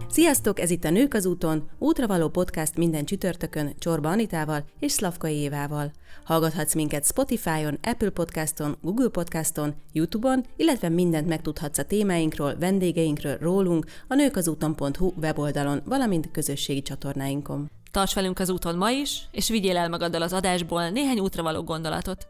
Sziasztok, ez itt a Nők az úton, útravaló podcast minden csütörtökön Csorba Anitával és Szlavkai Évával. Hallgathatsz minket Spotify-on, Apple Podcaston, Google Podcaston, YouTube-on, illetve mindent megtudhatsz a témáinkról, vendégeinkről, rólunk a nőkazúton.hu weboldalon, valamint közösségi csatornáinkon. Tarts velünk az úton ma is, és vigyél el magaddal az adásból néhány útravaló gondolatot.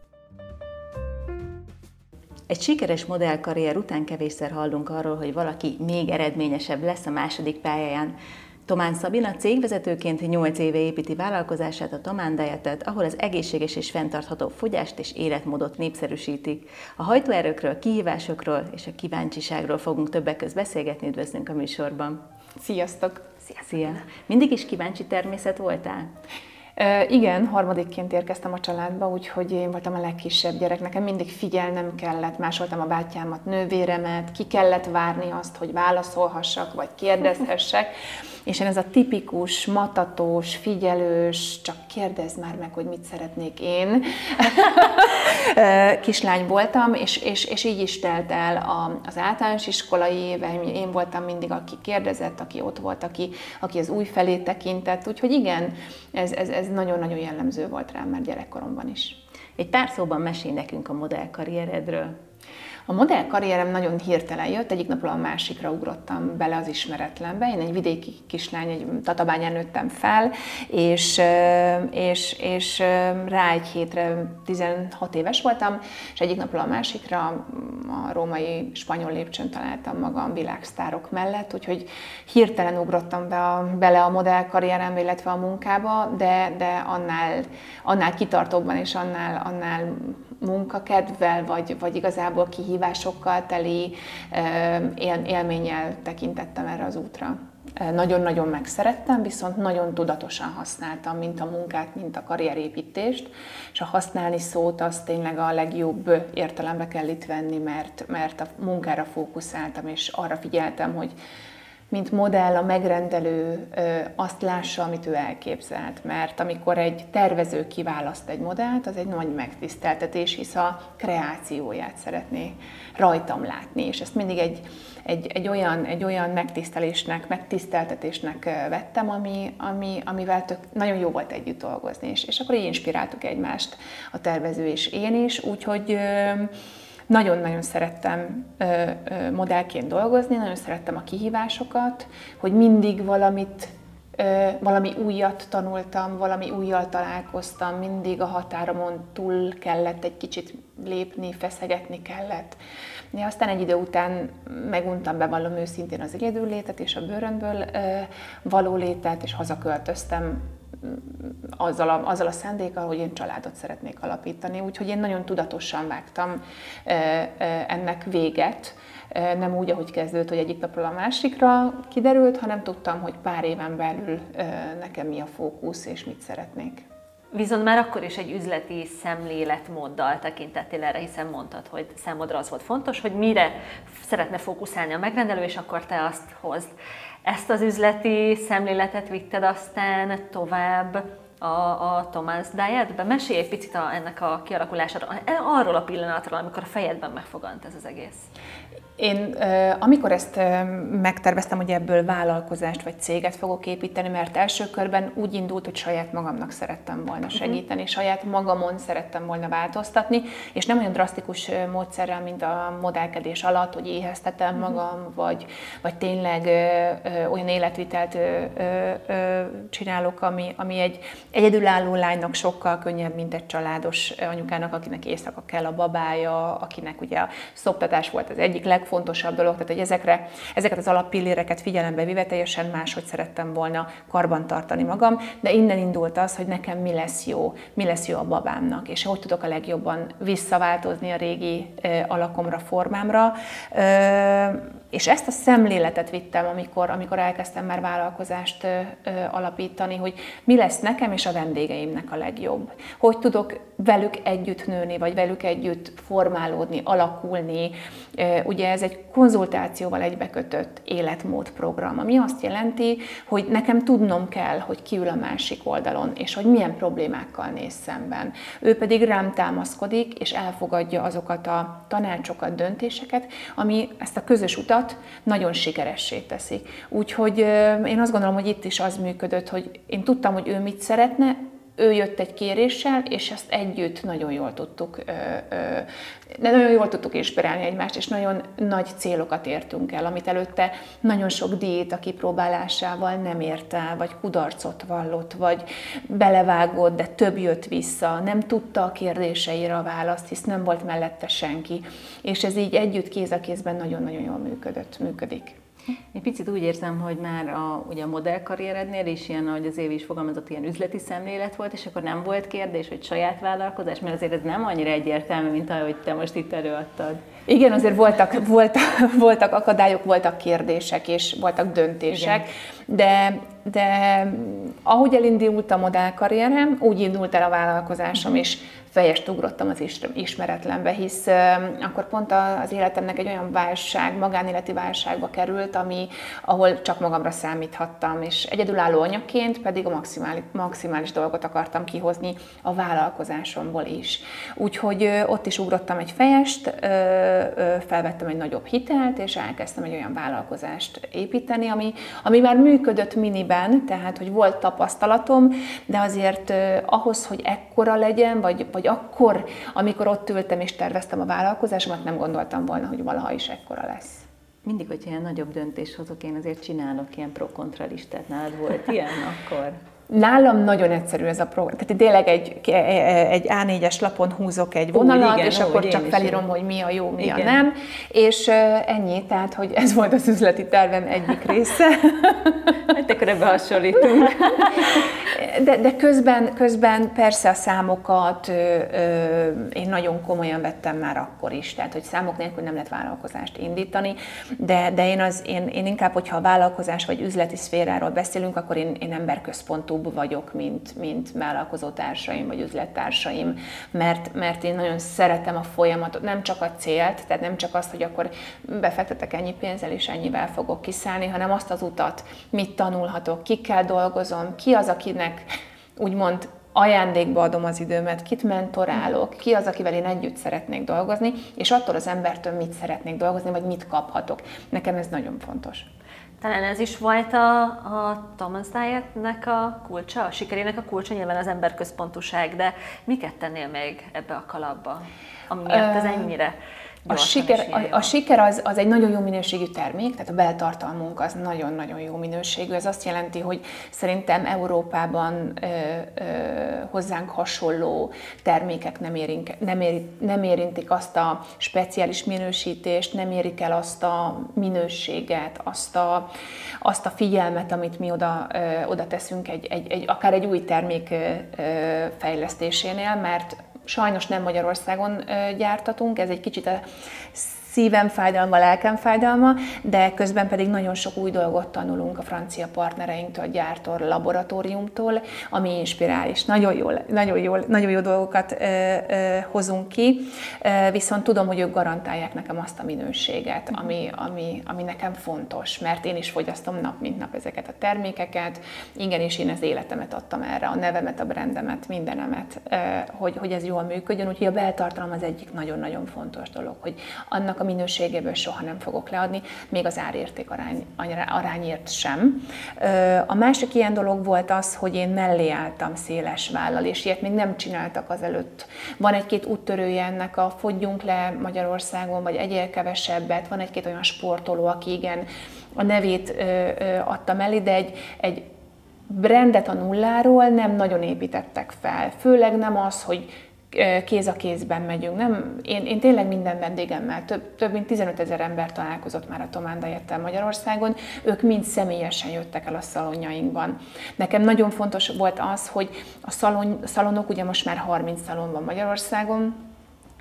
Egy sikeres modellkarrier után kevésszer hallunk arról, hogy valaki még eredményesebb lesz a második pályáján. Tomán Szabina cégvezetőként 8 éve építi vállalkozását, a Tomán Dietet, ahol az egészséges és fenntartható fogyást és életmódot népszerűsítik. A hajtóerőkről, kihívásokról és a kíváncsiságról fogunk többek között beszélgetni, üdvözlünk a műsorban. Sziasztok! Szia! Mindig is kíváncsi természet voltál? Igen, harmadikként érkeztem a családba, úgyhogy én voltam a legkisebb gyerek. Nekem mindig figyelnem kellett, másoltam a bátyámat, nővéremet, ki kellett várni azt, hogy válaszolhassak, vagy kérdezhessek. És én ez a tipikus, matatós, figyelős, csak kérdezz már meg, hogy mit szeretnék én. Kislány voltam, és így is telt el az általános iskolai éveim. Én voltam mindig, aki kérdezett, aki ott volt, aki az új felé tekintett. Úgyhogy igen, ez nagyon-nagyon jellemző volt rám már gyerekkoromban is. Egy pár szóban mesélj nekünk a modellkarrieredről. A modellkarrierem nagyon hirtelen jött, egyik napról a másikra ugrottam bele az ismeretlenbe. Én egy vidéki kislány, egy Tatabányán nőttem fel, és rá egy hétre 16 éves voltam, és egyik napról a másikra a római spanyol lépcsőn találtam magam világsztárok mellett, úgyhogy hirtelen ugrottam bele a modellkarrierembe, illetve a munkába, de annál kitartóbban és annál munkakedvvel, vagy igazából kihívásokkal teli élménnyel tekintettem erre az útra. Nagyon-nagyon megszerettem, viszont nagyon tudatosan használtam, mint a munkát, mint a karrierépítést, és a használni szót azt tényleg a legjobb értelembe kell itt venni, mert a munkára fókuszáltam, és arra figyeltem, hogy mint modell a megrendelő azt lássa, amit ő elképzelt. Mert amikor egy tervező kiválaszt egy modellt, az egy nagy megtiszteltetés, hisz a kreációját szeretné rajtam látni. És ezt mindig egy olyan megtiszteltetésnek vettem, amivel nagyon jó volt együtt dolgozni. És akkor így inspiráltuk egymást a tervező és én is, úgyhogy nagyon-nagyon szerettem modellként dolgozni, nagyon szerettem a kihívásokat, hogy mindig valami újat tanultam, valami újjal találkoztam, mindig a határomon túl kellett egy kicsit lépni, feszegetni kellett. De aztán egy idő után meguntam, bevallom őszintén, az egyedüllétet és a bőröndből való létet, és hazaköltöztem azzal a szándékkal, hogy én családot szeretnék alapítani. Úgyhogy én nagyon tudatosan vágtam ennek véget. Nem úgy, ahogy kezdődött, hogy egyik napról a másikra kiderült, hanem tudtam, hogy pár éven belül nekem mi a fókusz és mit szeretnék. Viszont már akkor is egy üzleti szemléletmóddal tekintettél erre, hiszen mondtad, hogy számodra az volt fontos, hogy mire szeretne fókuszálni a megrendelő, és akkor te azt hozd. Ezt az üzleti szemléletet vitted aztán tovább a Tomán Dietbe? Mesélj egy picit ennek a kialakulásáról, arról a pillanatról, amikor a fejedben megfogant ez az egész. Én amikor ezt megterveztem, hogy ebből vállalkozást vagy céget fogok építeni, mert első körben úgy indult, hogy saját magamnak szerettem volna segíteni, saját magamon szerettem volna változtatni, és nem olyan drasztikus módszerrel, mint a modellkedés alatt, hogy éheztetem magam, vagy tényleg olyan életvitelt csinálok, ami egy egyedülálló lánynak sokkal könnyebb, mint egy családos anyukának, akinek éjszaka kell a babája, akinek ugye a szoptatás volt az egyik legfontosabb dolog, tehát hogy ezeket az alappilléreket figyelembe véve teljesen máshogy szerettem volna karbantartani magam, de innen indult az, hogy nekem mi lesz jó a babámnak, és hogy tudok a legjobban visszaváltozni a régi alakomra, formámra. És ezt a szemléletet vittem, amikor elkezdtem már vállalkozást alapítani, hogy mi lesz nekem, és a vendégeimnek a legjobb. Hogy tudok velük együtt nőni, vagy velük együtt formálódni, alakulni. Ugye ez egy konzultációval egybekötött életmódprogram, ami azt jelenti, hogy nekem tudnom kell, hogy ki ül a másik oldalon, és hogy milyen problémákkal néz szemben. Ő pedig rám támaszkodik, és elfogadja azokat a tanácsokat, döntéseket, ami ezt a közös utat nagyon sikeressé teszi. Úgyhogy én azt gondolom, hogy itt is az működött, hogy én tudtam, hogy ő mit szeretne, ő jött egy kéréssel, és ezt együtt nagyon jól tudtuk inspirálni egymást, és nagyon nagy célokat értünk el, amit előtte nagyon sok diéta kipróbálásával nem ért el, vagy kudarcot vallott, vagy belevágott, de több jött vissza, nem tudta a kérdéseire a választ, hisz nem volt mellette senki, és ez így együtt kéz a kézben nagyon-nagyon jól működik. Egy picit úgy érzem, hogy már ugye a modellkarrierednél is ilyen, ahogy az Évi is fogalmazott, ilyen üzleti szemlélet volt, és akkor nem volt kérdés, hogy saját vállalkozás, mert azért ez nem annyira egyértelmű, mint ahogy te most itt előadtad. Igen, azért voltak akadályok, voltak kérdések, és voltak döntések, de ahogy elindult a modellkarrierem, úgy indult el a vállalkozásom is. Fejest ugrottam az ismeretlenbe, hisz akkor pont az életemnek egy olyan válság, magánéleti válságba került, ahol csak magamra számíthattam, és egyedülálló anyaként pedig a maximális dolgot akartam kihozni a vállalkozásomból is. Úgyhogy ott is ugrottam egy fejest, felvettem egy nagyobb hitelt, és elkezdtem egy olyan vállalkozást építeni, ami már működött miniben, tehát hogy volt tapasztalatom, de azért ahhoz, hogy ekkora legyen, vagy akkor, amikor ott ültem és terveztem a vállalkozásomat, nem gondoltam volna, hogy valaha is ekkora lesz. Mindig, hogyha ilyen nagyobb döntést hozok, én azért csinálok ilyen pro-kontra listát. Nálad volt ilyen akkor? Nálam nagyon egyszerű ez a program. Tehát tényleg egy A4-es lapon húzok egy vonalat, igen, és akkor csak felírom, hogy mi a jó, mi igen. a nem. És ennyi, tehát, hogy ez volt az üzleti tervem egyik része. Hát akkor ebbe hasonlítunk. De közben persze a számokat én nagyon komolyan vettem már akkor is, tehát hogy számok nélkül nem lehet vállalkozást indítani, de én inkább, hogyha a vállalkozás vagy üzleti szféráról beszélünk, akkor én emberközpontúbb vagyok, mint vállalkozótársaim vagy üzlettársaim, mert én nagyon szeretem a folyamatot, nem csak a célt, tehát nem csak azt, hogy akkor befektetek ennyi pénzzel és ennyivel fogok kiszállni, hanem azt az utat, mit tanulhatok, kikkel dolgozom, ki az, akinek úgymond ajándékba adom az időmet, kit mentorálok, ki az, akivel én együtt szeretnék dolgozni, és attól az embertől mit szeretnék dolgozni, vagy mit kaphatok. Nekem ez nagyon fontos. Talán ez is volt a Thomas Dietnek a kulcsa, a sikerének a kulcsa, nyilván az emberközpontúság, de miket tennél még ebbe a kalapba, amiért ez ennyire a siker az egy nagyon jó minőségű termék, tehát a beltartalmunk az nagyon-nagyon jó minőségű. Ez azt jelenti, hogy szerintem Európában hozzánk hasonló termékek nem érintik azt a speciális minősítést, nem érik el azt a minőséget, azt a figyelmet, amit mi oda teszünk akár egy új termék fejlesztésénél, mert sajnos nem Magyarországon gyártatunk, ez egy kicsit a szívem fájdalma, lelkem fájdalma, de közben pedig nagyon sok új dolgot tanulunk a francia partnereinktől, gyártó laboratóriumtól, ami inspirális. Nagyon jó dolgokat hozunk ki, viszont tudom, hogy ők garantálják nekem azt a minőséget, ami nekem fontos, mert én is fogyasztom nap mint nap ezeket a termékeket, igenis én az életemet adtam erre, a nevemet, a brandemet, mindenemet, hogy ez jól működjön, úgyhogy a beltartalom az egyik nagyon-nagyon fontos dolog, hogy annak a minőségéből soha nem fogok leadni, még az árérték arányért sem. A másik ilyen dolog volt az, hogy én mellé álltam széles vállal, és ilyet még nem csináltak azelőtt. Van egy-két úttörője ennek a fogyjunk le Magyarországon, vagy egyél kevesebbet, van egy-két olyan sportoló, aki igen, a nevét adta mellé, de egy brandet a nulláról nem nagyon építettek fel. Főleg nem az, hogy kéz a kézben megyünk. Nem, én tényleg minden vendégemmel, több mint 15 000 ember találkozott már a Thomas Diettel Magyarországon, ők mind személyesen jöttek el a szalonjainkban. Nekem nagyon fontos volt az, hogy a szalonok, ugye most már 30 szalon van Magyarországon,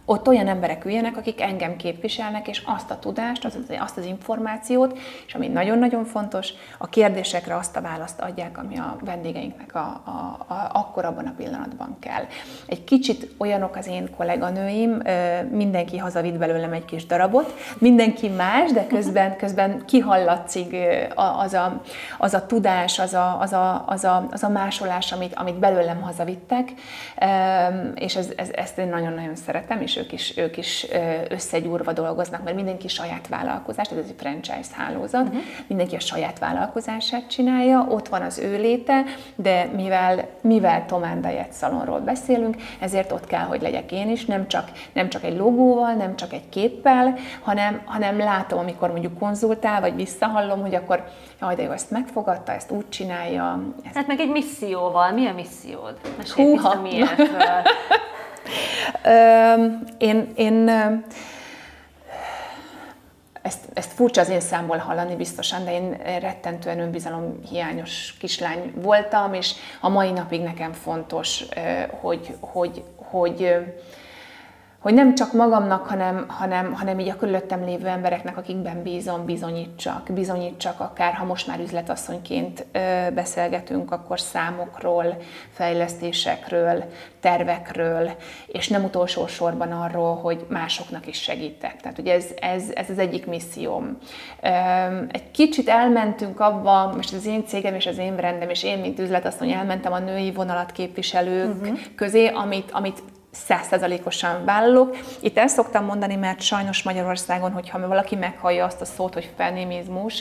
ott olyan emberek üljenek, akik engem képviselnek, és azt a tudást, azt az információt, és ami nagyon-nagyon fontos, a kérdésekre azt a választ adják, ami a vendégeinknek akkor abban a pillanatban kell. Egy kicsit olyanok az én kolléganőim, mindenki hazavitt belőlem egy kis darabot, mindenki más, de közben kihallatszik az a tudás, az a másolás, amit belőlem hazavittek, és ezt én nagyon-nagyon szeretem, és ők is összegyúrva dolgoznak, mert mindenki saját vállalkozást, ez egy franchise hálózat, mindenki a saját vállalkozását csinálja, ott van az ő léte, de mivel Tomán Diet szalonról beszélünk, ezért ott kell, hogy legyek én is, nem csak egy logóval, nem csak egy képpel, hanem látom, amikor mondjuk konzultál, vagy visszahallom, hogy akkor jaj, de jó, ezt megfogadta, ezt úgy csinálja. Hát meg egy misszióval. Mi a missziód? Mesélj picit miértről. Ezt furcsa az én számból hallani biztosan, de én rettentően önbizalomhiányos kislány voltam, és a mai napig nekem fontos, hogy nem csak magamnak, hanem így a körülöttem lévő embereknek, akikben bízom, bizonyítsak akár, ha most már üzletasszonyként beszélgetünk, akkor számokról, fejlesztésekről, tervekről, és nem utolsó sorban arról, hogy másoknak is segítek. Tehát ugye ez az egyik misszióm. Egy kicsit elmentünk abba, most az én cégem és az én brandem, és én, mint üzletasszony elmentem a női vonalat képviselők közé, amit 100%-osan vállalok. Itt el szoktam mondani, mert sajnos Magyarországon, hogyha valaki meghallja azt a szót, hogy feminizmus,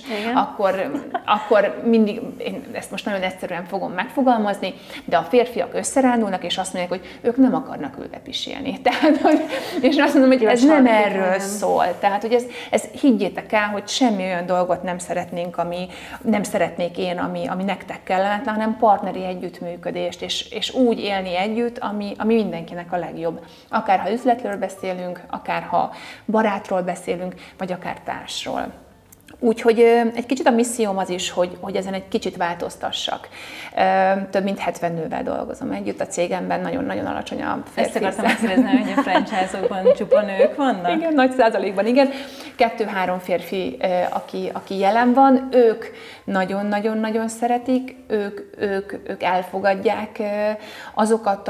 akkor mindig, én ezt most nagyon egyszerűen fogom megfogalmazni, de a férfiak összerándulnak, és azt mondják, hogy ők nem akarnak ülve pisilni. És azt mondom, hogy ez nem erről szól. Tehát, hogy ez higgyétek el, hogy semmi olyan dolgot nem szeretnénk, nem szeretnék én, ami nektek kellemetlen, hanem partneri együttműködést, és úgy élni együtt, ami mindenkinek a legjobb. Akár ha üzletről beszélünk, akár ha barátról beszélünk, vagy akár társról. Úgyhogy egy kicsit a misszióm az is, hogy ezen egy kicsit változtassak. Több mint 70 nővel dolgozom együtt, a cégemben nagyon-nagyon alacsony a férfi. Ezt akartam megkérdezni, hogy a franchise-okban csupa nők vannak? Igen, nagy százalékban, igen. 2-3 férfi, aki jelen van, ők nagyon-nagyon-nagyon szeretik, ők elfogadják azokat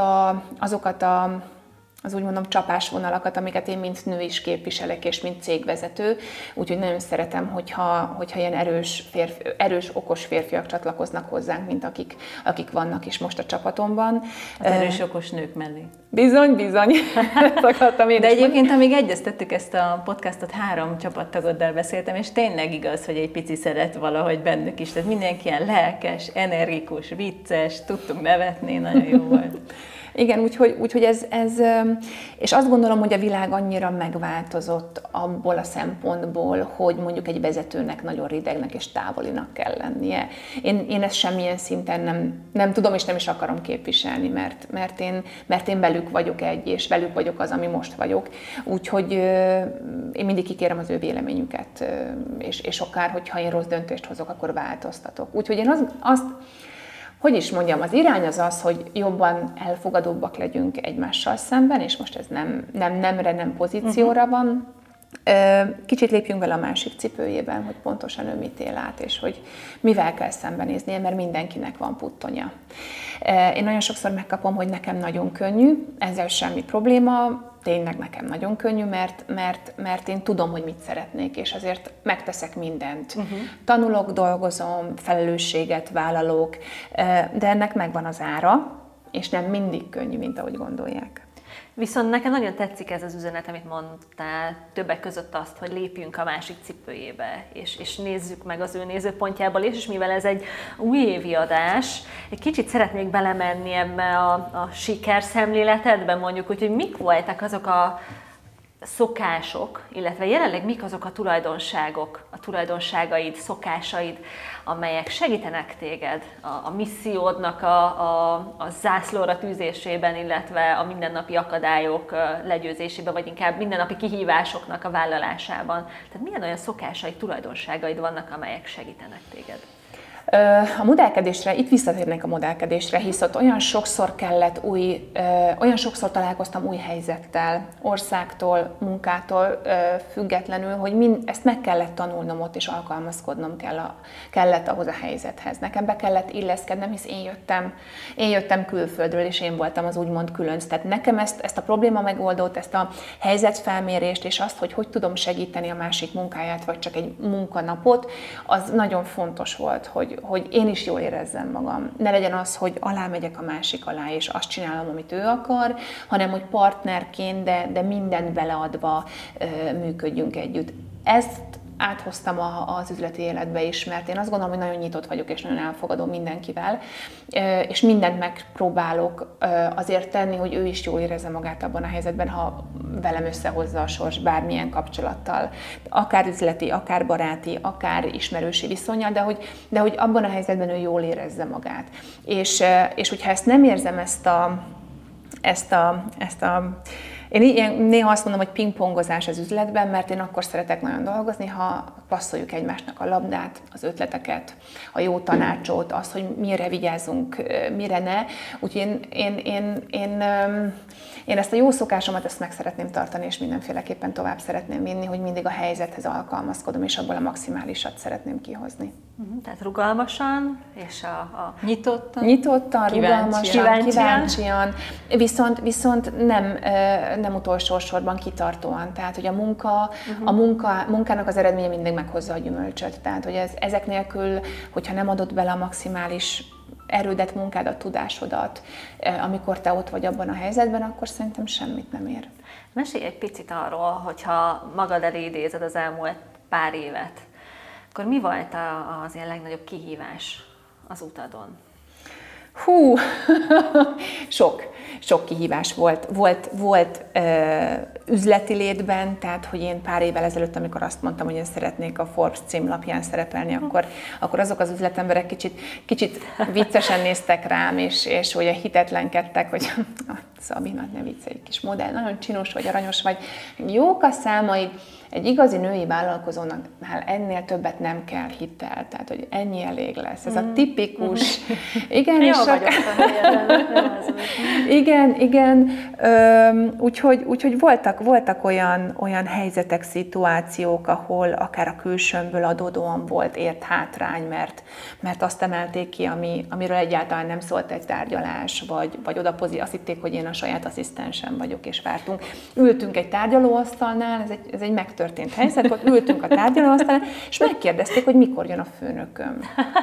az úgy mondom csapásvonalakat, amiket én mint nő is képviselek, és mint cégvezető. Úgyhogy nagyon szeretem, hogyha ilyen erős, okos férfiak csatlakoznak hozzánk, mint akik vannak is most a csapatomban. Az erős, okos nők mellé. Bizony. De egyébként, amíg egyeztettük ezt a podcastot, 3 csapattagoddal beszéltem, és tényleg igaz, hogy egy pici szeret valahogy bennük is. Tehát mindenki ilyen lelkes, energikus, vicces, tudtunk nevetni, nagyon jó volt. Igen, úgyhogy ez, és azt gondolom, hogy a világ annyira megváltozott abból a szempontból, hogy mondjuk egy vezetőnek nagyon ridegnek és távolinak kell lennie. Én ezt semmilyen szinten nem tudom, és nem is akarom képviselni, mert én velük vagyok és velük vagyok az, ami most vagyok. Úgyhogy én mindig kikérem az ő véleményüket, és akár, hogyha én rossz döntést hozok, akkor változtatok. Úgyhogy én azt hogy is mondjam, az irány az, hogy jobban elfogadóbbak legyünk egymással szemben, és most ez nem pozícióra van. Kicsit lépjünk bele a másik cipőjében, hogy pontosan ő mit él át, és hogy mivel kell szembenéznie, mert mindenkinek van puttonya. Én nagyon sokszor megkapom, hogy nekem nagyon könnyű, ezzel semmi probléma, tényleg nekem nagyon könnyű, mert én tudom, hogy mit szeretnék, és azért megteszek mindent. Tanulok, dolgozom, felelősséget vállalok, de ennek megvan az ára, és nem mindig könnyű, mint ahogy gondolják. Viszont nekem nagyon tetszik ez az üzenet, amit mondtál, többek között azt, hogy lépjünk a másik cipőjébe, és nézzük meg az ő nézőpontjából, és mivel ez egy újévi adás, egy kicsit szeretnék belemenni ebbe a sikerszemléletedbe, mondjuk, hogy mik voltak azok a szokások, illetve jelenleg mik azok a tulajdonságaid, szokásaid, amelyek segítenek téged a missziódnak a zászlóra tűzésében, illetve a mindennapi akadályok legyőzésében, vagy inkább mindennapi kihívásoknak a vállalásában. Tehát milyen olyan szokásaid, tulajdonságaid vannak, amelyek segítenek téged? A modellkedésre, itt visszatérnék a modellkedésre, hisz ott olyan sokszor találkoztam új helyzettel, országtól, munkától függetlenül, hogy ezt meg kellett tanulnom ott, és alkalmazkodnom kellett ahhoz a helyzethez. Nekem be kellett illeszkednem, hisz én jöttem külföldről, és én voltam az úgymond különc. Tehát nekem ezt a probléma megoldót, ezt a helyzetfelmérést, és azt, hogy tudom segíteni a másik munkáját, vagy csak egy munkanapot, az nagyon fontos volt, hogy én is jól érezzem magam. Ne legyen az, hogy alámegyek a másik alá, és azt csinálom, amit ő akar, hanem hogy partnerként, de mindent beleadva működjünk együtt. Ezt áthoztam az üzleti életbe is, mert én azt gondolom, hogy nagyon nyitott vagyok, és nagyon elfogadó mindenkivel, és mindent megpróbálok azért tenni, hogy ő is jól érezze magát abban a helyzetben, ha velem összehozza a sors bármilyen kapcsolattal, akár üzleti, akár baráti, akár ismerősi viszonya, de hogy abban a helyzetben ő jól érezze magát. És hogyha ezt nem érzem, én néha azt mondom, hogy pingpongozás az üzletben, mert én akkor szeretek nagyon dolgozni, ha passzoljuk egymásnak a labdát, az ötleteket, a jó tanácsot, azt, hogy mire vigyázzunk, mire ne. Úgyhogy én ezt a jó szokásomat ezt meg szeretném tartani, és mindenféleképpen tovább szeretném vinni, hogy mindig a helyzethez alkalmazkodom, és abból a maximálisat szeretném kihozni. Tehát rugalmasan, és Nyitottan, rugalmasan, kíváncsian, viszont nem utolsó sorban kitartóan. Tehát, hogy a munkának az eredménye mindig meghozza a gyümölcsöt. Tehát, hogy ezek nélkül, hogyha nem adod bele a maximális erődet, munkádat, tudásodat, amikor te ott vagy abban a helyzetben, akkor szerintem semmit nem ér. Mesélj egy picit arról, hogyha magad elé idézed az elmúlt pár évet, akkor mi volt az ilyen legnagyobb kihívás az utadon? Sok kihívás volt üzleti létben, tehát hogy én pár évvel ezelőtt, amikor azt mondtam, hogy én szeretnék a Forbes címlapján szerepelni, akkor azok az üzletemberek kicsit viccesen néztek rám, és olyan hitetlenkedtek, hogy Szabi, ne viccelj, kis modell, nagyon csinos vagy, aranyos vagy, jók a számaid. Egy igazi női vállalkozónak ennél többet nem kell hitel, tehát hogy ennyi elég lesz. Ez a tipikus... Igen, és igen. Úgyhogy voltak olyan helyzetek, szituációk, ahol akár a külsőmből adódóan volt ért hátrány, mert azt emelték ki, amiről egyáltalán nem szólt egy tárgyalás, vagy oda azt hitték, hogy én a saját asszisztensem vagyok, és vártunk. Ültünk egy tárgyalóasztalnál, ez egy megtörtént helyzet volt, ültünk a tárgyalóasztalnál, és megkérdezték, hogy mikor jön a főnököm.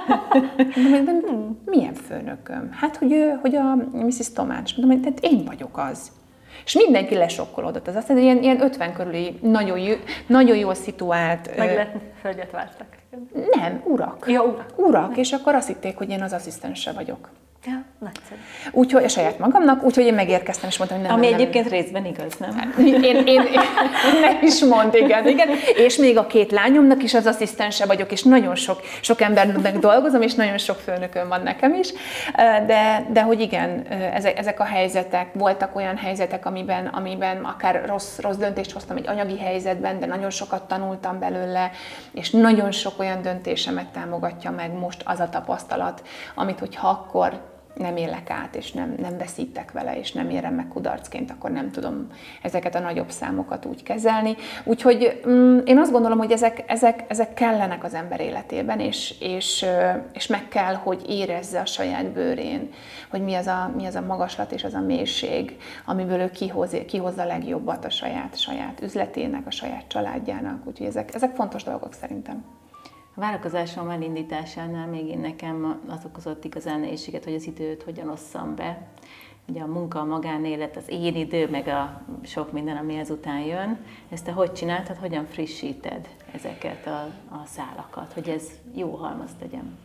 De milyen főnököm? Hát, hogy a Mrs. Tomács. Mondom, hogy én vagyok az. És mindenki lesokkolódott. Az azt mondja, hogy ilyen 50 körüli, nagyon jól szituált... Hölgyet vártak. Nem, urak. Ja, urak. Urak, és akkor azt hitték, hogy én az asszisztense vagyok. Ja, nagyszerű. Úgyhogy a saját magamnak, úgyhogy én megérkeztem, és mondtam, hogy nem. Ami egyébként részben igaz, nem? Én nem is mond, igen. És még a két lányomnak is az asszisztense vagyok, és nagyon sok embernek dolgozom, és nagyon sok főnököm van nekem is. De hogy igen, ezek a helyzetek, voltak olyan helyzetek, amiben akár rossz döntést hoztam egy anyagi helyzetben, de nagyon sokat tanultam belőle, és nagyon sok olyan döntésemet támogatja meg most az a tapasztalat, amit hogyha akkor nem élek át, és nem veszítek vele, és nem érem meg kudarcként, akkor nem tudom ezeket a nagyobb számokat úgy kezelni. Úgyhogy én azt gondolom, hogy ezek kellenek az ember életében, és meg kell, hogy érezze a saját bőrén, hogy mi az a magaslat és az a mélység, amiből ő kihozza a legjobbat a saját üzletének, a saját családjának. Úgyhogy ezek fontos dolgok szerintem. A vállalkozásom elindításánál még én nekem az okozott igazán nehézséget, hogy az időt hogyan osszam be. Ugye a munka, a magánélet, az én idő, meg a sok minden, ami ezután jön. Ezt te hogy csináltad, hogyan frissíted ezeket a szálakat, hogy ez jó halmazt tegyen?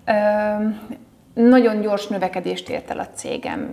Nagyon gyors növekedést ért el a cégem.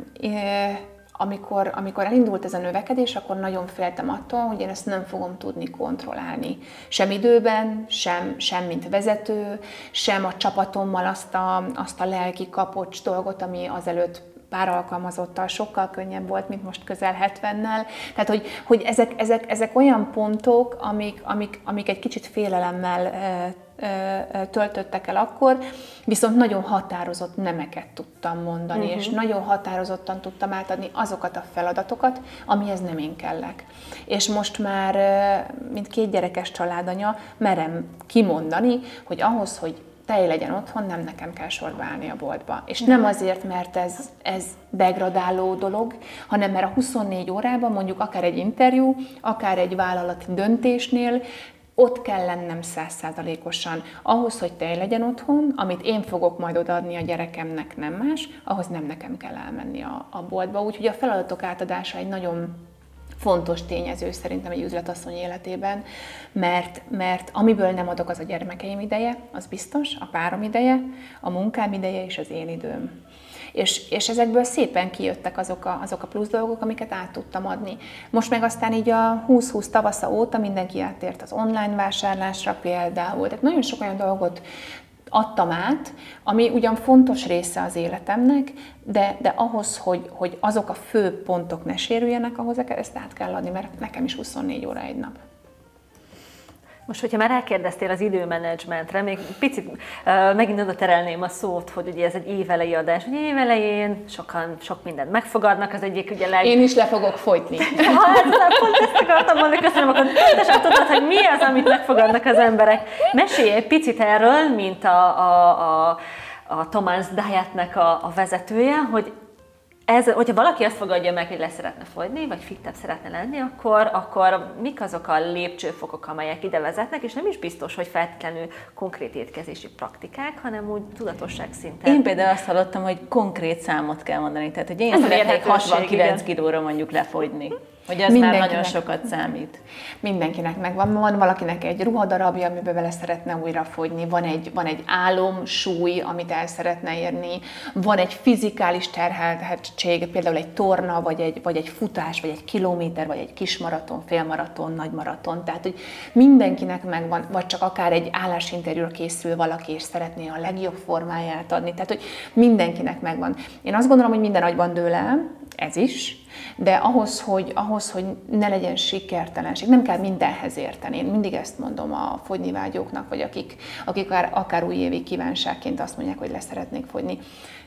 Amikor elindult ez a növekedés, akkor nagyon féltem attól, hogy én ezt nem fogom tudni kontrollálni. Sem időben, sem mint vezető, sem a csapatommal azt a lelki kapocs dolgot, ami azelőtt pár alkalmazottal sokkal könnyebb volt, mint most közel 70-nel. Tehát, hogy ezek olyan pontok, amik egy kicsit félelemmel töltöttek el akkor, viszont nagyon határozott nemeket tudtam mondani, és nagyon határozottan tudtam átadni azokat a feladatokat, amihez nem én kellek. És most már, mint 2 gyerekes családanya, merem kimondani, hogy ahhoz, hogy tej legyen otthon, nem nekem kell sorba állni a boltba. És nem azért, mert ez degradáló dolog, hanem mert a 24 órában mondjuk akár egy interjú, akár egy vállalati döntésnél ott kell lennem 100%-osan. Ahhoz, hogy tej legyen otthon, amit én fogok majd odaadni a gyerekemnek, nem más, ahhoz nem nekem kell elmenni a boltba. Úgyhogy a feladatok átadása egy nagyon fontos tényező szerintem egy üzletasszony életében, mert amiből nem adok, az a gyermekeim ideje, az biztos, a párom ideje, a munkám ideje és az én időm. És ezekből szépen kijöttek azok a plusz dolgok, amiket át tudtam adni. Most meg aztán így a 2020 tavasza óta mindenki áttért az online vásárlásra például. Tehát nagyon sok olyan dolgot adtam át, ami ugyan fontos része az életemnek, de ahhoz, hogy azok a fő pontok ne sérüljenek, ahhoz ezt át kell adni, mert nekem is 24 óra egy nap. Most, hogyha már elkérdeztél az időmenedzsmentre, még picit megint oda terelném a szót, hogy ugye ez egy évelei adás, hogy évelején sok mindent megfogadnak, az egyik ugye Én is le fogok folytni. Hát, pont ezt akartam mondani, köszönöm, akkor pontosan tudod, hogy mi az, amit megfogadnak az emberek. Mesélj egy picit erről, mint a Thomas Dietnek a vezetője, hogy hogyha valaki azt fogadja meg, hogy le szeretne fogyni, vagy fittebb szeretne lenni, akkor mik azok a lépcsőfokok, amelyek ide vezetnek, és nem is biztos, hogy feltétlenül konkrét étkezési praktikák, hanem úgy tudatosság szinten. Én például azt hallottam, hogy konkrét számot kell mondani, tehát hogy én szeretnék 69 kilóra mondjuk lefogyni. Hogy az már nagyon sokat számít. Mindenkinek megvan. Van valakinek egy ruhadarabja, amiben bele szeretne újra fogyni, van egy álomsúly, amit el szeretne érni, van egy fizikális terheltség, például egy torna, vagy egy futás, vagy egy kilométer, vagy egy kis maraton, félmaraton, nagy maraton. Tehát, hogy mindenkinek megvan, vagy csak akár egy állásinterjúra készül valaki, és szeretné a legjobb formáját adni. Tehát, hogy mindenkinek megvan. Én azt gondolom, hogy minden agyban dől el, ez is, de ahhoz, hogy ne legyen sikertelenség, nem kell mindenhez érteni. Én mindig ezt mondom a fogynivágyóknak, vagy akik akár újévi kívánságként azt mondják, hogy le szeretnék fogyni.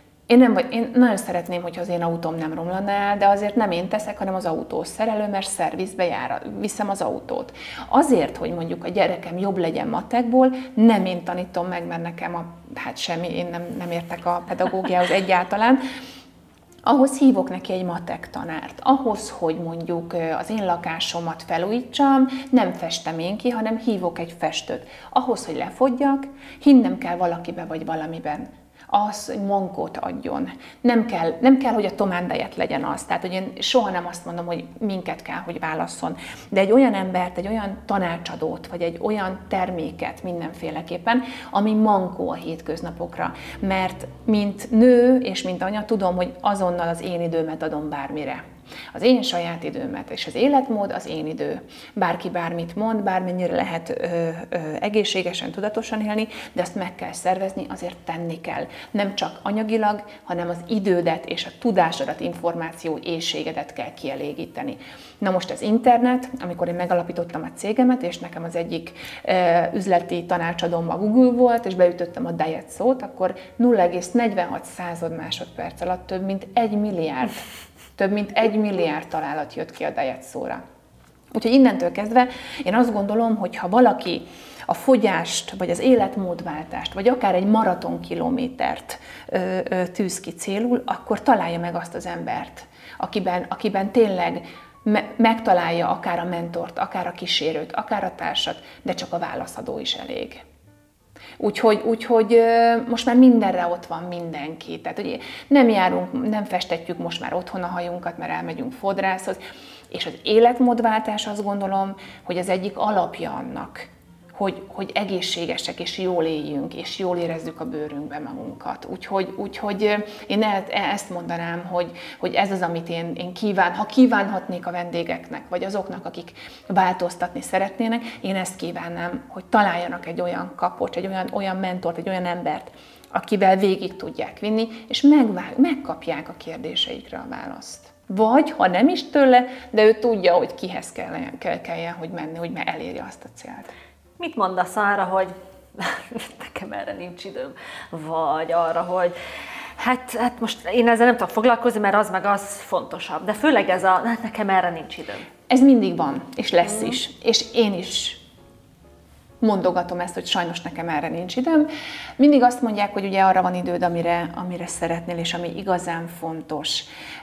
Én nagyon szeretném, hogyha az én autóm nem romlana el, de azért nem én teszek, hanem az autós szerelő, mert szervizbe viszem az autót. Azért, hogy mondjuk a gyerekem jobb legyen matekból, nem én tanítom meg, mert nekem semmi, én nem értek a pedagógiához egyáltalán. Ahhoz hívok neki egy matek tanárt. Ahhoz, hogy mondjuk az én lakásomat felújítsam, nem festem én ki, hanem hívok egy festőt. Ahhoz, hogy lefogyjak, hinnem kell valakibe vagy valamiben. Az, hogy mankót adjon. Nem kell, hogy a Thomas Diet legyen az. Tehát, hogy én soha nem azt mondom, hogy minket kell, hogy válasszon. De egy olyan embert, egy olyan tanácsadót, vagy egy olyan terméket mindenféleképpen, ami mankó a hétköznapokra. Mert mint nő és mint anya tudom, hogy azonnal az én időmet adom bármire. Az én saját időmet, és az életmód az én idő. Bárki bármit mond, bármennyire lehet egészségesen, tudatosan élni, de ezt meg kell szervezni, azért tenni kell. Nem csak anyagilag, hanem az idődet és a tudásodat, információ éhségedet kell kielégíteni. Na most az internet, amikor én megalapítottam a cégemet, és nekem az egyik üzleti tanácsadóm a Google volt, és beütöttem a diet szót, akkor 0,46 másodperc alatt több mint 1 milliárd találat jött ki a diet szóra. Úgyhogy innentől kezdve én azt gondolom, hogy ha valaki a fogyást, vagy az életmódváltást, vagy akár egy maratonkilométert tűz ki célul, akkor találja meg azt az embert, akiben tényleg megtalálja akár a mentort, akár a kísérőt, akár a társat, de csak a válaszadó is elég. Úgyhogy most már mindenre ott van mindenki. Tehát, hogy nem festetjük most már otthon a hajunkat, mert elmegyünk fodrászhoz. És az életmódváltás, azt gondolom, hogy az egyik alapja annak, hogy egészségesek és jól éljünk, és jól érezzük a bőrünkbe magunkat. Úgyhogy én ezt mondanám, hogy ez az, amit én ha kívánhatnék a vendégeknek, vagy azoknak, akik változtatni szeretnének, én ezt kívánnám, hogy találjanak egy olyan kapocs, egy olyan mentort, egy olyan embert, akivel végig tudják vinni, és megkapják a kérdéseikre a választ. Vagy, ha nem is tőle, de ő tudja, hogy kihez kelljen hogy menni, hogy elérje azt a célt. Mit mondasz arra, hogy nekem erre nincs időm? Vagy arra, hogy hát most én ezzel nem tudok foglalkozni, mert az meg az fontosabb. De főleg ez nekem erre nincs időm. Ez mindig van, és lesz is. És én is mondogatom ezt, hogy sajnos nekem erre nincs időm. Mindig azt mondják, hogy ugye arra van időd, amire szeretnél, és ami igazán fontos.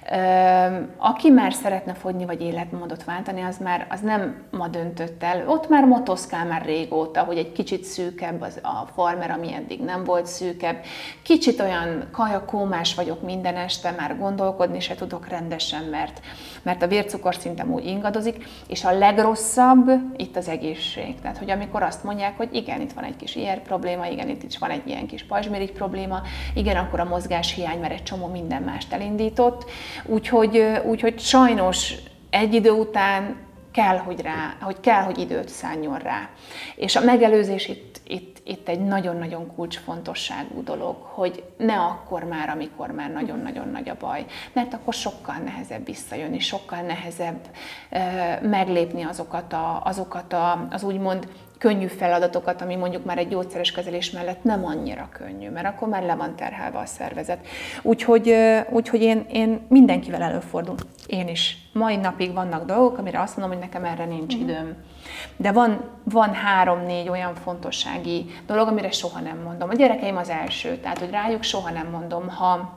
Aki már szeretne fogyni, vagy életmódot váltani, az nem ma döntött el. Ott már motoszkál már régóta, hogy egy kicsit szűkebb a farmer, ami eddig nem volt szűkebb. Kicsit olyan kajakómás vagyok minden este, már gondolkodni se tudok rendesen, mert a vércukorszintem úgy ingadozik, és a legrosszabb itt az egészség. Tehát, hogy amikor azt mondják, hogy igen, itt van egy kis ilyen probléma, igen, itt is van egy ilyen kis pajzsmirigy probléma, igen, akkor a mozgáshiány, mert egy csomó minden mást elindított. Úgyhogy sajnos egy idő után kell, hogy időt szálljon rá. És a megelőzés itt egy nagyon-nagyon kulcsfontosságú dolog, hogy ne akkor már, amikor már nagyon-nagyon nagy a baj. Mert akkor sokkal nehezebb visszajönni, sokkal nehezebb meglépni azokat az úgymond könnyű feladatokat, ami mondjuk már egy gyógyszeres kezelés mellett nem annyira könnyű, mert akkor már le van terhelve a szervezet. Úgyhogy én mindenkivel előfordul. Én is. Mai napig vannak dolgok, amire azt mondom, hogy nekem erre nincs időm. De van 3-4 olyan fontossági dolog, amire soha nem mondom. A gyerekeim az első, tehát hogy rájuk soha nem mondom,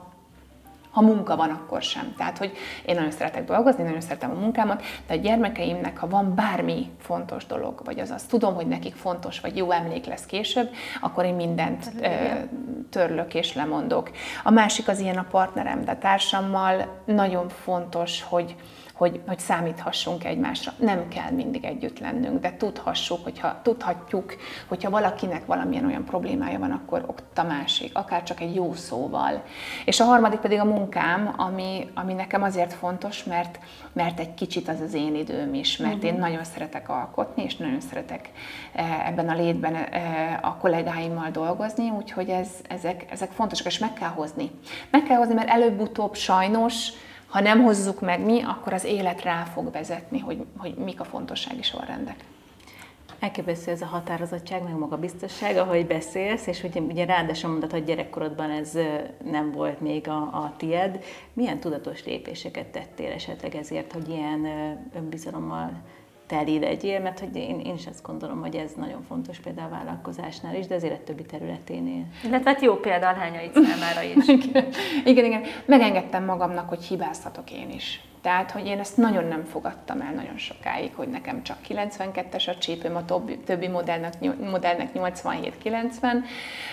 ha munka van, akkor sem. Tehát, hogy én nagyon szeretek dolgozni, nagyon szeretem a munkámat, de a gyermekeimnek, ha van bármi fontos dolog, vagy azaz tudom, hogy nekik fontos, vagy jó emlék lesz később, akkor én mindent törlök és lemondok. A másik az ilyen a partnerem, de a társammal nagyon fontos, hogy számíthassunk egymásra. Nem kell mindig együtt lennünk, de tudhatjuk, hogyha valakinek valamilyen olyan problémája van, akkor ott a másik, akár csak egy jó szóval. És a harmadik pedig a munkám, ami nekem azért fontos, mert egy kicsit az az én időm is, mert én nagyon szeretek alkotni, és nagyon szeretek ebben a létben a kollégáimmal dolgozni, úgyhogy ezek fontosak, és meg kell hozni. Meg kell hozni, mert előbb-utóbb sajnos, ha nem hozzuk meg mi, akkor az élet rá fog vezetni, hogy mik a fontossági sorrendek. Elképesztő ez a határozottság, meg magabiztosság, ahogy beszélsz, és ugye ráadásul mondod, hogy gyerekkorodban ez nem volt még a tied. Milyen tudatos lépéseket tettél esetleg ezért, hogy ilyen önbizalommal teli legyél, mert hogy én is azt gondolom, hogy ez nagyon fontos például a vállalkozásnál is, de az élet többi területénél. Illetve jó példa a lányaid számára is. Igen. Megengedtem magamnak, hogy hibázhatok én is. Tehát, hogy én ezt nagyon nem fogadtam el nagyon sokáig, hogy nekem csak 92-es a csípőm, a többi modellnek 87-90.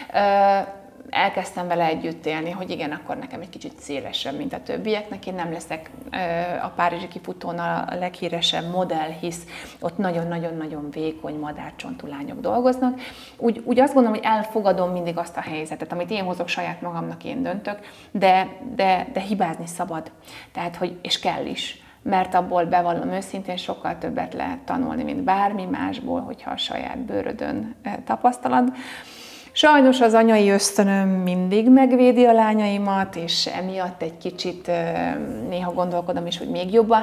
Elkezdtem vele együtt élni, hogy igen, akkor nekem egy kicsit szélesebb, mint a többieknek. Én nem leszek a párizsi kifutón a leghíresebb modell, hisz ott nagyon-nagyon-nagyon vékony madárcsontú lányok dolgoznak. Úgy azt gondolom, hogy elfogadom mindig azt a helyzetet, amit én hozok saját magamnak, én döntök, de hibázni szabad. Tehát, és kell is. Mert abból bevallom őszintén sokkal többet lehet tanulni, mint bármi másból, hogyha a saját bőrödön tapasztalod. Sajnos az anyai ösztönöm mindig megvédi a lányaimat, és emiatt egy kicsit néha gondolkodom is, hogy még jobban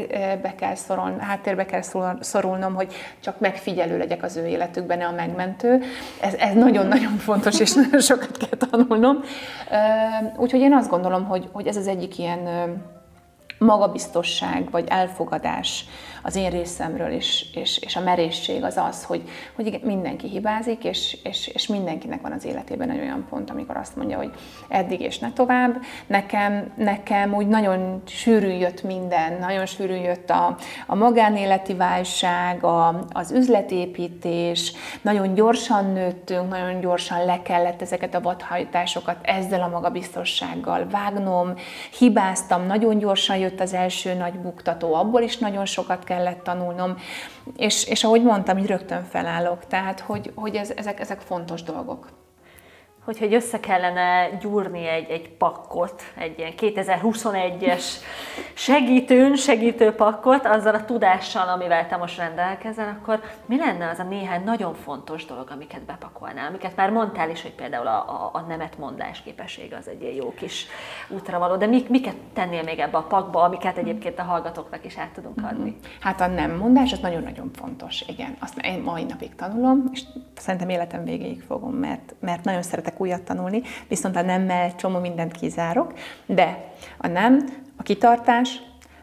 háttérbe kell szorulnom, hogy csak megfigyelő legyek az ő életükben, ne a megmentő. Ez nagyon-nagyon fontos, és nagyon sokat kell tanulnom. Úgyhogy én azt gondolom, hogy ez az egyik ilyen magabiztosság, vagy elfogadás az én részemről, és a merészség az, hogy igen, mindenki hibázik, és mindenkinek van az életében egy olyan pont, amikor azt mondja, hogy eddig és ne tovább. Nekem úgy nagyon sűrűn jött minden, nagyon sűrűn jött a magánéleti válság, az üzletépítés, nagyon gyorsan nőttünk, nagyon gyorsan le kellett ezeket a vadhajtásokat ezzel a magabiztossággal vágnom, hibáztam, nagyon gyorsan jött az első nagy buktató, abból is nagyon sokat kellett tanulnom, és ahogy mondtam, így rögtön felállok, tehát hogy ezek fontos dolgok. hogy össze kellene gyúrni egy pakkot, egy ilyen 2021-es segítő pakkot, azzal a tudással, amivel te most rendelkezel, akkor mi lenne az a néhány nagyon fontos dolog, amiket bepakolnál, amiket már mondtál is, hogy például a nemetmondás képessége az egy ilyen jó kis útravaló, de miket tennél még ebbe a pakba, amiket egyébként a hallgatóknak is át tudunk adni? Hát a nemmondás az nagyon-nagyon fontos, igen. Azt én mai napig tanulom, és szerintem életem végéig fogom, mert nagyon szeretek újat tanulni, viszont a nemmel csomó mindent kizárok, de a nem, a kitartás,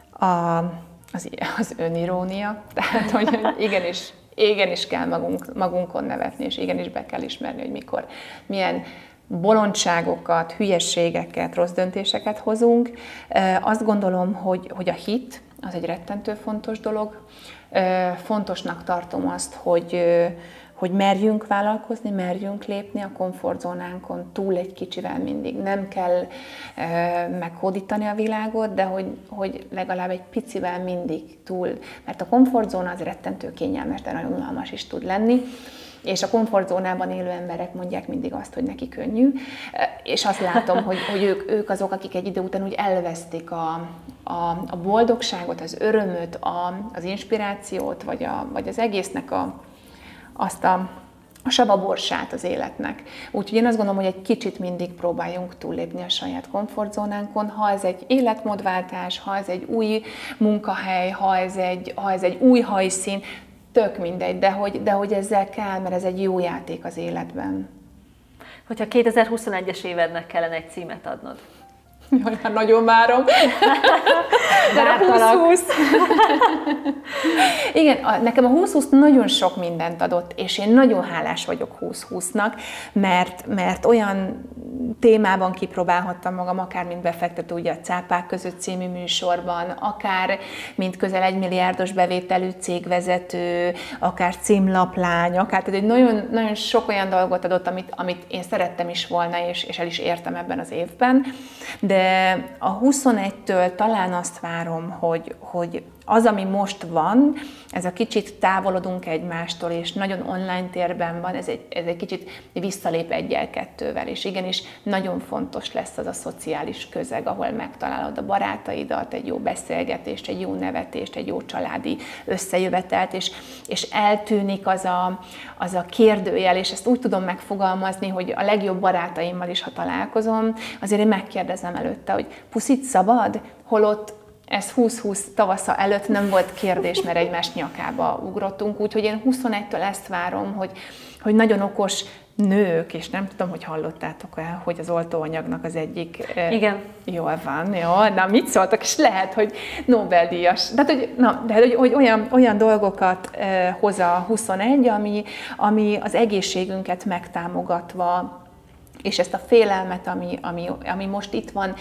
az önirónia, tehát hogy igenis kell magunkon nevetni, és igenis be kell ismerni, hogy mikor, milyen bolondságokat, hülyességeket, rossz döntéseket hozunk. Azt gondolom, hogy a hit az egy rettentő fontos dolog. Fontosnak tartom azt, hogy merjünk vállalkozni, merjünk lépni a komfortzónánkon túl egy kicsivel mindig. Nem kell meghódítani a világot, de hogy legalább egy picivel mindig túl. Mert a komfortzóna az rettentő kényelmes, de nagyon unalmas is tud lenni. És a komfortzónában élő emberek mondják mindig azt, hogy neki könnyű. És azt látom, hogy ők azok, akik egy idő után úgy elvesztik a boldogságot, az örömöt, az inspirációt, vagy az egésznek azt a savaborsát az életnek. Úgyhogy én azt gondolom, hogy egy kicsit mindig próbáljunk túllépni a saját komfortzónánkon, ha ez egy életmódváltás, ha ez egy új munkahely, ha ez egy új hajszín, tök mindegy, de hogy ezzel kell, mert ez egy jó játék az életben. Hogyha 2021-es évednek kellene egy címet adnod. Jaj, már nagyon várom. De a 2020. Igen, nekem a 2020 nagyon sok mindent adott, és én nagyon hálás vagyok 2020-nak, mert olyan témában kipróbálhattam magam, akár mint befektető, ugye a Cápák között című műsorban, akár mint közel 1 milliárdos bevételű cégvezető, akár címlaplány, akár, tehát egy nagyon, nagyon sok olyan dolgot adott, amit én szerettem is volna, és el is értem ebben az évben. De a 21-től talán azt várom, hogy az, ami most van, ez a kicsit távolodunk egymástól, és nagyon online térben van, ez egy kicsit visszalép 1-2-vel, és igenis nagyon fontos lesz az a szociális közeg, ahol megtalálod a barátaidat, egy jó beszélgetést, egy jó nevetést, egy jó családi összejövetelt, és eltűnik az a kérdőjel, és ezt úgy tudom megfogalmazni, hogy a legjobb barátaimmal is, ha találkozom, azért én megkérdezem előtte, hogy puszit szabad, holott ez 2020 tavasza előtt nem volt kérdés, mert egymás nyakába ugrottunk, úgyhogy én 21-től ezt várom, hogy nagyon okos nők, és nem tudom, hogy hallottátok el, hogy az oltóanyagnak az egyik... Igen. Jól van, jó, na mit szóltak, és lehet, hogy Nobel-díjas. Tehát, hogy olyan dolgokat hoz a 21, ami az egészségünket megtámogatva, és ezt a félelmet, ami most itt van,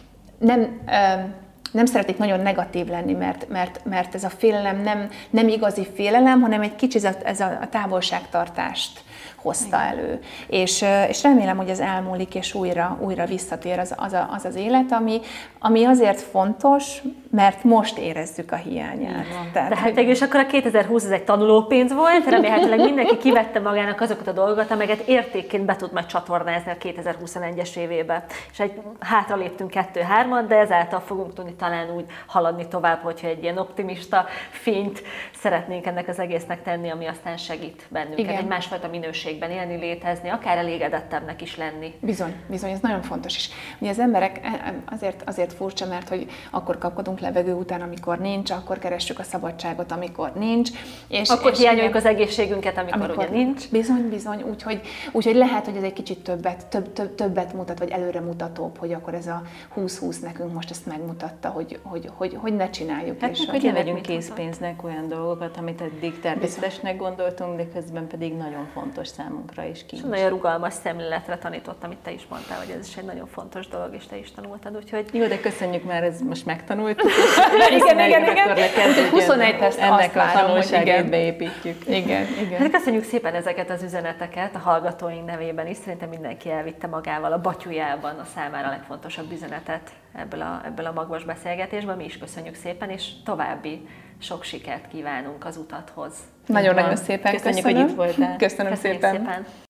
nem szeretnék nagyon negatív lenni, mert ez a félelem nem igazi félelem, hanem egy kicsit ez a távolságtartást hozta elő. És remélem, hogy ez elmúlik, és újra visszatér az élet, ami azért fontos, mert most érezzük a hiányát. De hát és akkor a 2020 ez egy tanulópénz volt, remélhetőleg mindenki kivette magának azokat a dolgokat, amelyeket értékként be tud majd csatornázni a 2021-es évébe. És hátra léptünk 2-3-at, de ezáltal fogunk tudni talán úgy haladni tovább, hogyha egy ilyen optimista fényt szeretnénk ennek az egésznek tenni, ami aztán segít bennünket. Igen. Egy másfajta minőségben élni, létezni, akár elégedettebbnek is lenni. Bizony, ez nagyon fontos is. Ugye az emberek azért furcsa, mert hogy akkor kapkodunk levegő után, amikor nincs, akkor keressük a szabadságot, amikor nincs. Akkor hiányoljuk az egészségünket, amikor ugye nincs. Bizony, úgyhogy lehet, hogy ez egy kicsit többet mutat, vagy előremutatóbb, hogy akkor ez a 2020 nekünk most ezt megmutatta, hogy ne csináljuk. Hát hogy ne vegyünk készpénznek olyan dolgokat, amit eddig természetesnek gondoltunk, de közben pedig nagyon fontos számunkra is kincs. És nagyon rugalmas szemléletre tanított, amit te is mondtál, hogy ez is egy nagyon fontos dolog, és te is tanultad, úgyhogy... Jó, de köszönjük már, ez most megtanultuk. Igen. 21 ezt ennek a tanulságát beépítjük. Igen. Hát köszönjük szépen ezeket az üzeneteket a hallgatóink nevében is. Szerintem mindenki elvitte magával a batyujában a számára a legfontosabb üzenetet ebből a magvas beszélgetésből. Mi is köszönjük szépen, és további sok sikert kívánunk az utathoz. Nagyon-nagyon szépen köszönjük, hogy itt voltál. Köszönöm szépen.